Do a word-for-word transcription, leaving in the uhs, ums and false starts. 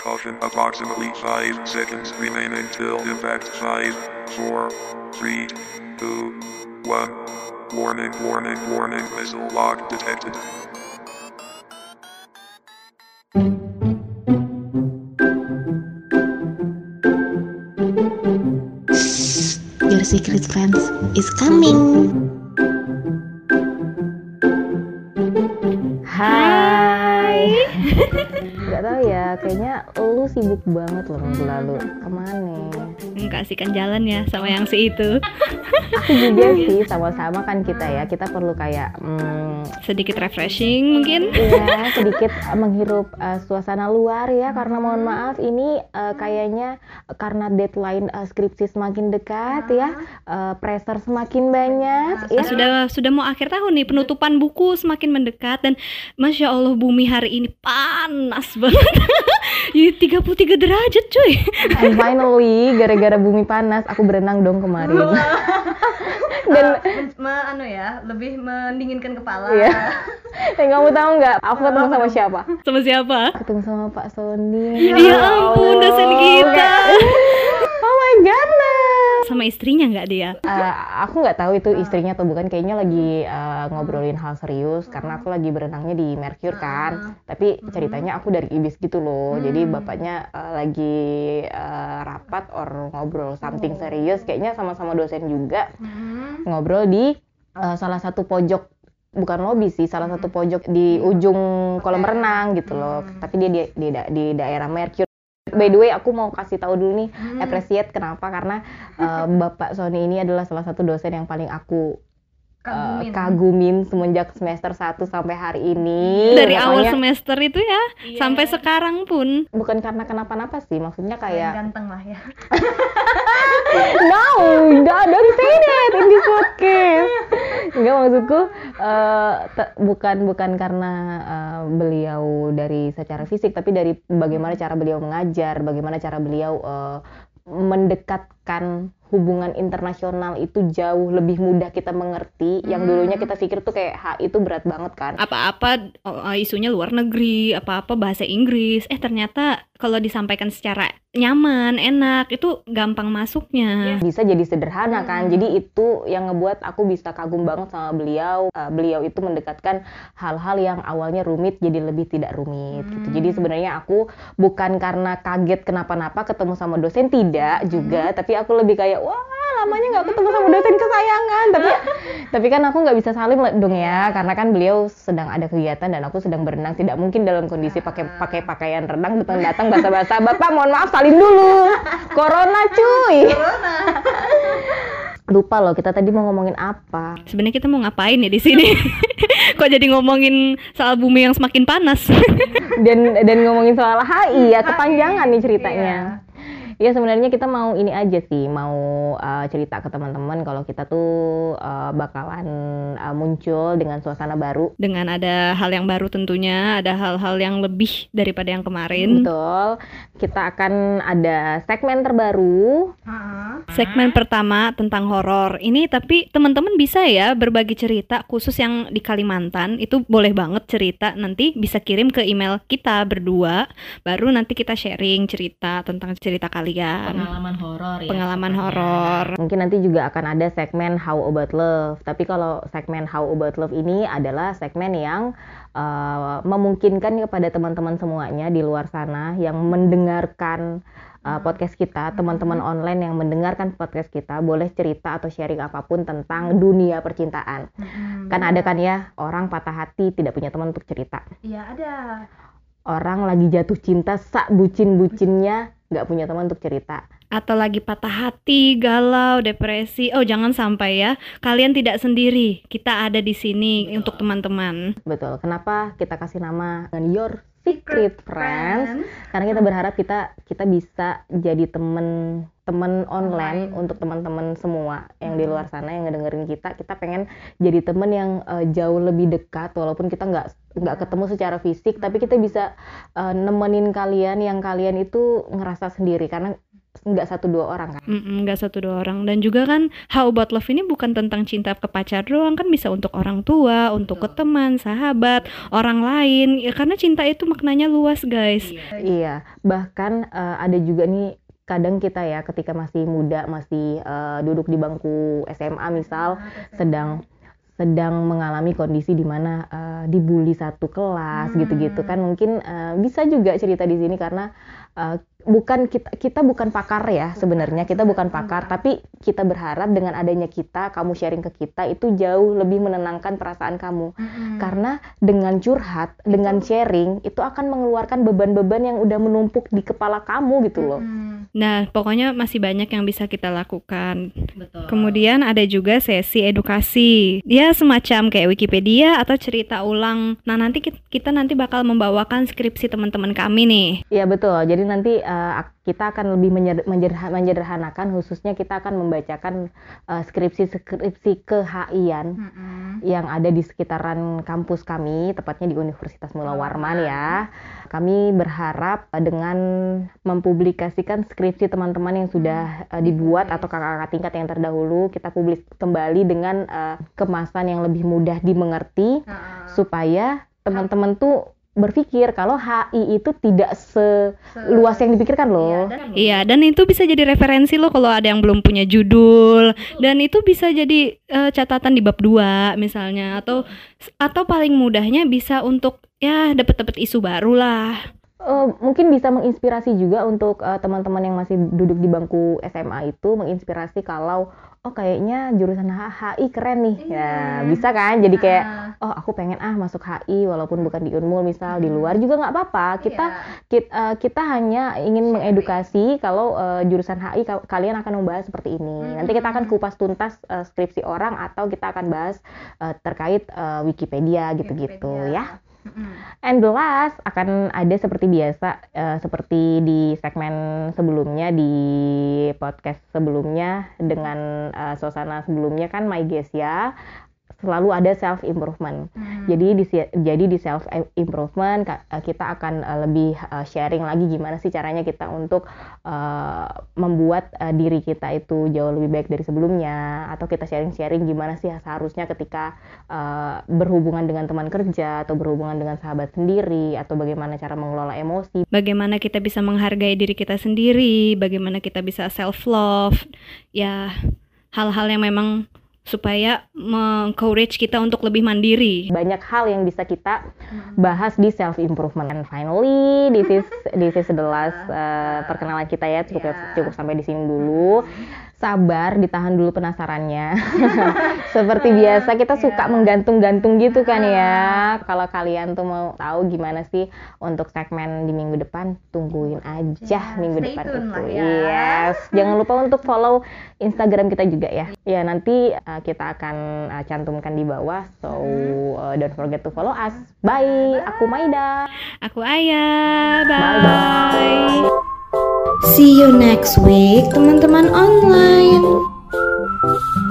Caution, approximately five seconds remain until impact. five, four, three, two, one. Warning, warning, warning, missile lock detected. Your secret friends is coming. Hai. Gak tau ya, kayaknya lu sibuk banget loh minggu lalu. Kemana? Enggak sih, kan jalan ya sama yang si itu. Aku juga sih, sama-sama kan kita ya. Kita perlu kayak hmm, sedikit refreshing mungkin. Iya, sedikit menghirup uh, suasana luar ya. Karena mohon maaf ini uh, kayaknya karena deadline uh, skripsi semakin dekat ya, uh, pressure semakin banyak. Ya. Sudah sudah mau akhir tahun nih, penutupan buku semakin mendekat dan masya Allah bumi hari ini panas banget. Ya, tiga puluh tiga derajat cuy. And finally, gara-gara bumi panas, aku berenang dong kemarin. Dan uh, me, anu ya, lebih mendinginkan kepala. Iya. Dan kamu tahu nggak, aku ketemu sama siapa? Sama siapa? Ketemu sama Pak Sony. Ya ampun, dosen kita. Oh my goodness. Sama istrinya nggak dia? Uh, aku nggak tahu itu istrinya atau bukan. Kayaknya lagi uh, ngobrolin hal serius karena aku lagi berenangnya di Mercure kan. Tapi ceritanya aku dari I B I S gitu loh. Jadi bapaknya uh, lagi uh, rapat or ngobrol something serius. Kayaknya sama-sama dosen juga. Ngobrol di uh, salah satu pojok, bukan lobi sih, salah satu pojok di ujung kolam renang gitu loh. Tapi dia di, di, di daerah Mercure. By the way, aku mau kasih tahu dulu nih, hmm. appreciate kenapa, karena uh, Bapak Sony ini adalah salah satu dosen yang paling aku uh, kagumin semenjak semester satu sampai hari ini. Dari Pokoknya, awal semester itu ya, iya. sampai sekarang pun. Bukan karena kenapa-napa sih, maksudnya kayak ganteng lah ya. No, don't say that in this podcast. Enggak, maksudku uh, te- bukan bukan karena uh, beliau dari secara fisik, tapi dari bagaimana cara beliau mengajar, bagaimana cara beliau uh, mendekatkan hubungan internasional itu jauh lebih mudah kita mengerti. Yang dulunya kita pikir tuh kayak H I itu berat banget kan. Apa-apa oh, isunya luar negeri, apa-apa bahasa Inggris. Eh ternyata kalau disampaikan secara nyaman, enak, itu gampang masuknya. Bisa jadi sederhana kan. Jadi itu yang ngebuat aku bisa kagum banget sama beliau. Uh, beliau itu mendekatkan hal-hal yang awalnya rumit jadi lebih tidak rumit gitu. Jadi sebenarnya aku bukan karena kaget kenapa-napa ketemu sama dosen, tidak juga, tapi aku lebih kayak wah, lamanya nggak ketemu sama dosen kesayangan. Tapi tapi kan aku nggak bisa salim dong ya, karena kan beliau sedang ada kegiatan dan aku sedang berenang. Tidak mungkin dalam kondisi pakai pakai pakaian renang datang-datang basa-basa. Bapak mohon maaf, salim dulu. Corona cuy. Corona. Lupa loh, kita tadi mau ngomongin apa? Sebenarnya kita mau ngapain ya di sini? Kok jadi ngomongin soal bumi yang semakin panas? dan dan ngomongin soal H I ya, kepanjangan nih ceritanya. Iya. Ya sebenarnya kita mau ini aja sih, mau uh, cerita ke teman-teman kalau kita tuh uh, bakalan uh, muncul dengan suasana baru. Dengan ada hal yang baru tentunya, ada hal-hal yang lebih daripada yang kemarin. Betul, kita akan ada segmen terbaru. Segmen pertama tentang horor. Ini tapi teman-teman bisa ya berbagi cerita, khusus yang di Kalimantan, itu boleh banget cerita. Nanti bisa kirim ke email kita berdua, baru nanti kita sharing cerita tentang cerita kalian. Pengalaman horor ya. Pengalaman horor. Mungkin nanti juga akan ada segmen How About Love. Tapi kalau segmen How About Love ini adalah segmen yang uh, memungkinkan kepada teman-teman semuanya di luar sana yang mendengarkan uh, podcast kita, teman-teman online yang mendengarkan podcast kita, boleh cerita atau sharing apapun tentang dunia percintaan. Hmm, kan ada kan ya, orang patah hati tidak punya teman untuk cerita. Iya, ada. Orang lagi jatuh cinta, sak bucin-bucinnya, nggak punya teman untuk cerita. Atau lagi patah hati, galau, depresi. Oh, jangan sampai ya. Kalian tidak sendiri. Kita ada di sini. Betul. Untuk teman-teman. Betul. Kenapa kita kasih nama dengan Your Secret Friends? Karena kita berharap kita kita bisa jadi temen temen online, online untuk teman-teman semua yang di luar sana yang ngedengerin kita. Kita pengen jadi temen yang uh, jauh lebih dekat, walaupun kita nggak nggak ketemu secara fisik, tapi kita bisa uh, nemenin kalian yang kalian itu ngerasa sendiri. Karena nggak satu dua orang kan. Mm-mm, nggak satu dua orang. Dan juga kan How About Love ini bukan tentang cinta ke pacar doang, kan bisa untuk orang tua, untuk ke teman, sahabat, orang lain ya, karena cinta itu maknanya luas guys. Iya, bahkan uh, ada juga nih kadang kita ya ketika masih muda, masih uh, duduk di bangku S M A misal, sedang sedang mengalami kondisi di mana uh, dibully satu kelas Hmm. gitu-gitu kan, mungkin uh, bisa juga cerita di sini karena uh, bukan kita kita bukan pakar ya sebenarnya, kita bukan pakar, tapi kita berharap dengan adanya kita, kamu sharing ke kita itu jauh lebih menenangkan perasaan kamu. Mm-mm. Karena dengan curhat, dengan sharing itu akan mengeluarkan beban-beban yang udah menumpuk di kepala kamu gitu loh. Mm-mm. Nah, pokoknya masih banyak yang bisa kita lakukan. Betul. Kemudian ada juga sesi edukasi. Dia semacam kayak Wikipedia atau cerita ulang. Nah, nanti kit- kita nanti bakal membawakan skripsi teman-teman kami nih. Iya betul. Jadi nanti uh, ak- kita akan lebih menyer- menjerha- menyederhanakan, khususnya kita akan membacakan uh, skripsi-skripsi ke-H I-an Mm-mm. yang ada di sekitaran kampus kami, tepatnya di Universitas Mula Warman ya. Kami berharap uh, dengan mempublikasikan skripsi teman-teman yang sudah uh, dibuat atau kakak-kakak tingkat yang terdahulu, kita publis kembali dengan uh, kemasan yang lebih mudah dimengerti, Nah, supaya teman-teman tuh berpikir kalau H I itu tidak seluas yang dipikirkan loh. Iya, dan itu bisa jadi referensi lo kalau ada yang belum punya judul. Dan itu bisa jadi eh, catatan di bab dua misalnya, atau atau paling mudahnya bisa untuk ya dapat-dapat isu baru lah. Eh, mungkin bisa menginspirasi juga untuk eh, teman-teman yang masih duduk di bangku S M A itu, menginspirasi kalau oh kayaknya jurusan H I keren nih. Ya, bisa kan? Jadi kayak oh aku pengen ah masuk H I walaupun bukan di Unmul misal, di luar juga nggak apa-apa. Kita kita, eh, kita hanya ingin mengedukasi kalau eh, jurusan H I ka- kalian akan membahas seperti ini. Nanti kita akan kupas tuntas eh, skripsi orang atau kita akan bahas eh, terkait eh, Wikipedia gitu-gitu ya. And the last akan ada seperti biasa, eh, seperti di segmen sebelumnya, di podcast sebelumnya dengan eh, suasana sebelumnya kan My Guest ya, selalu ada self improvement. Jadi di jadi di self improvement kita akan uh, lebih uh, sharing lagi gimana sih caranya kita untuk uh, membuat uh, diri kita itu jauh lebih baik dari sebelumnya, atau kita sharing-sharing gimana sih seharusnya ketika uh, berhubungan dengan teman kerja atau berhubungan dengan sahabat sendiri, atau bagaimana cara mengelola emosi. Bagaimana kita bisa menghargai diri kita sendiri, bagaimana kita bisa self love. Ya, hal-hal yang memang supaya meng-encourage kita untuk lebih mandiri. Banyak hal yang bisa kita bahas di self improvement. And finally, this is this is the last uh, perkenalan kita ya. Cukup cukup sampai di sini dulu. Sabar, ditahan dulu penasarannya. Seperti biasa kita suka menggantung-gantung gitu kan ya. Kalau kalian tuh mau tahu gimana sih untuk segmen di minggu depan, tungguin aja minggu stay depan tune itu. lah ya. Yes. Jangan lupa untuk follow Instagram kita juga ya. Ya nanti uh, kita akan uh, cantumkan di bawah. So uh, don't forget to follow us. Bye. Aku Maida. Aku Ayah. Bye bye. See you next week, teman-teman online.